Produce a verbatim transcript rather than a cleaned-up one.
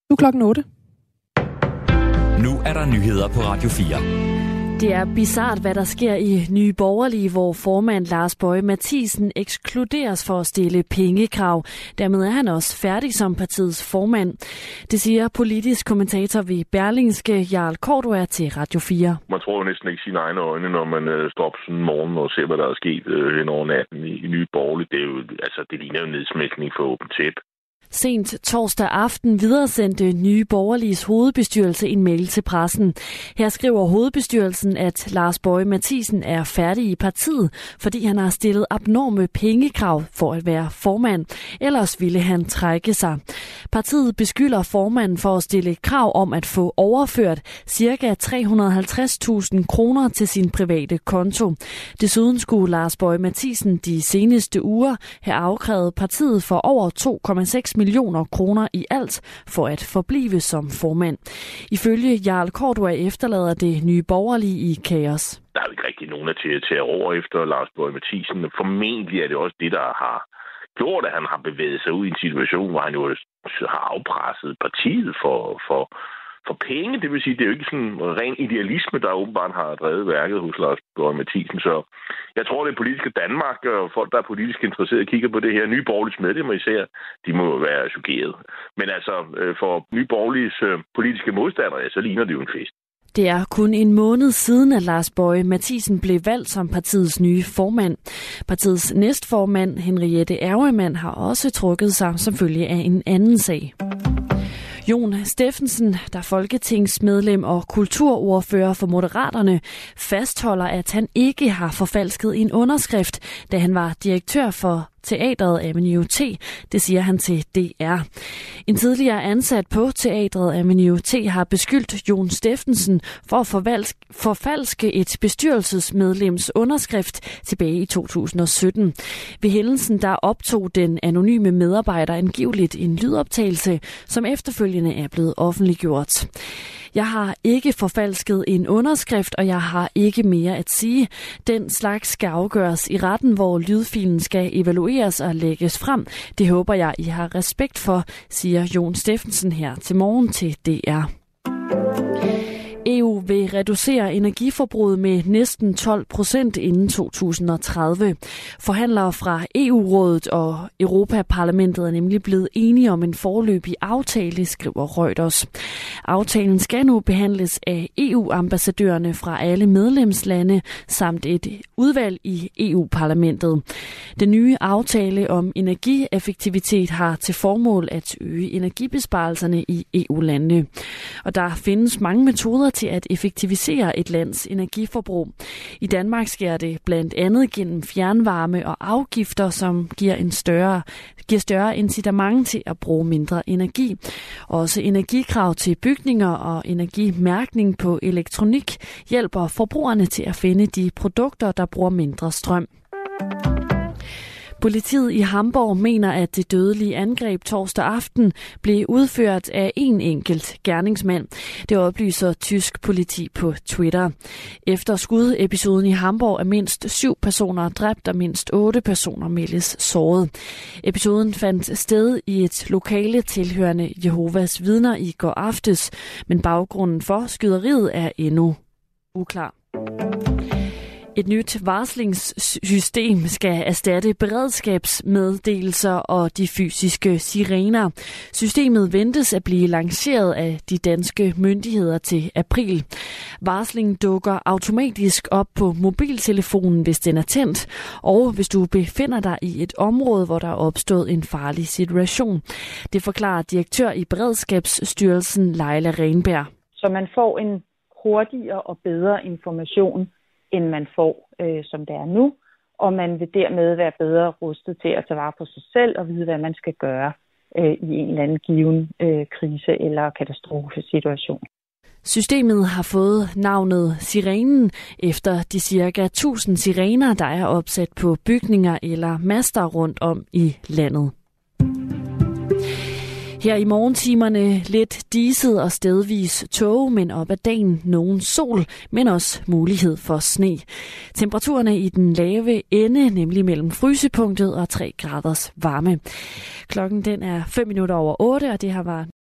Nu er klokken otte. Nu er der nyheder på Radio fire. Det er bizart, hvad der sker i Nye Borgerlige, hvor formand Lars Boje Mathiesen ekskluderes for at stille pengekrav. Dermed er han også færdig som partiets formand. Det siger politisk kommentator ved Berlingske, Jarl Cordua, til Radio fire. Man tror jo næsten ikke sine egne øjne, når man øh, står op sådan en morgen og ser, hvad der er sket øh, hen over natten i, i Nye Borgerlige. Det, er jo, altså, det ligner jo nedsmækning for åbent tæt. Sent torsdag aften videresendte Nye Borgerliges hovedbestyrelse en mail til pressen. Her skriver hovedbestyrelsen, at Lars Boje Mathiesen er færdig i partiet, fordi han har stillet abnorme pengekrav for at være formand. Ellers ville han trække sig. Partiet beskylder formanden for at stille krav om at få overført ca. tre hundrede og halvtreds tusind kroner til sin private konto. Desuden skulle Lars Boje Mathiesen de seneste uger have afkrævet partiet for over to komma seks millioner kroner i alt for at forblive som formand. Ifølge Jarl Cordua efterlader det Nye Borgerlige i kaos. Der er jo ikke rigtig nogen til at tage over efter Lars Boje Mathiesen. Formentlig er det også det, der har gjort, at han har bevæget sig ud i en situation, hvor han jo har afpresset partiet for, for, for penge. Det vil sige, det er jo ikke sådan en ren idealisme, der åbenbart har drevet værket hos Lars Boje Mathiesen. Så jeg tror, det er politiske Danmark og folk, der er politisk interesserede, kigger på det her. Nye Borgerliges medlemmer især, de må være chokeret. Men altså, for Nye Borgerliges politiske modstandere, så ligner det jo en fest. Det er kun en måned siden, at Lars Boje Mathiesen blev valgt som partiets nye formand. Partiets næstformand, Henriette Ervemann, har også trukket sig som følge af en anden sag. Jon Steffensen, der er folketingsmedlem og kulturordfører for Moderaterne, fastholder, at han ikke har forfalsket en underskrift, da han var direktør for teatret Avenue T. Det siger han til D R. En tidligere ansat på teatret Avenue T har beskyldt Jon Steffensen for at forfalske et bestyrelsesmedlems underskrift tilbage i to tusind og sytten. Ved hændelsen der optog den anonyme medarbejder angiveligt en lydoptagelse, som efterfølgende er blevet offentliggjort. Jeg har ikke forfalsket en underskrift, og jeg har ikke mere at sige. Den slags skal afgøres i retten, hvor lydfilen skal evalueres og lægges frem. Det håber jeg, I har respekt for, siger Jon Steffensen her til morgen til D R. E U vil reducere energiforbruget med næsten tolv procent inden to tusind og tredive. Forhandlere fra E U-rådet og Europaparlamentet er nemlig blevet enige om en foreløbig aftale, skriver Reuters. Aftalen skal nu behandles af E U-ambassadørerne fra alle medlemslande samt et udvalg i E U-parlamentet. Den nye aftale om energieffektivitet har til formål at øge energibesparelserne i E U-landene. Og der findes mange metoder til at effektivisere et lands energiforbrug. I Danmark sker det blandt andet gennem fjernvarme og afgifter, som giver en større, giver større incitament til at bruge mindre energi. Også energikrav til bygninger og energimærkning på elektronik hjælper forbrugerne til at finde de produkter, der bruger mindre strøm. Politiet i Hamborg mener, at det dødelige angreb torsdag aften blev udført af en enkelt gerningsmand. Det oplyser tysk politi på Twitter. Efter skudepisoden i Hamborg er mindst syv personer dræbt og mindst otte personer meldes såret. Episoden fandt sted i et lokale tilhørende Jehovas vidner i går aftes, men baggrunden for skyderiet er endnu uklar. Et nyt varslingssystem skal erstatte beredskabsmeddelelser og de fysiske sirener. Systemet ventes at blive lanceret af de danske myndigheder til april. Varslingen dukker automatisk op på mobiltelefonen, hvis den er tændt, og hvis du befinder dig i et område, hvor der er opstået en farlig situation. Det forklarer direktør i Beredskabsstyrelsen, Leila Renberg. Så man får en hurtigere og bedre information, end man får, øh, som det er nu, og man vil dermed være bedre rustet til at tage vare på sig selv og vide, hvad man skal gøre øh, i en eller anden given øh, krise eller katastrofesituation. Systemet har fået navnet Sirenen efter de cirka tusind sirener, der er opsat på bygninger eller master rundt om i landet. Her i morgentimerne lidt diset og stedvis tåge, men op ad dagen nogen sol, men også mulighed for sne. Temperaturerne i den lave ende, nemlig mellem frysepunktet og tre graders varme. Klokken den er fem minutter over otte, og det her var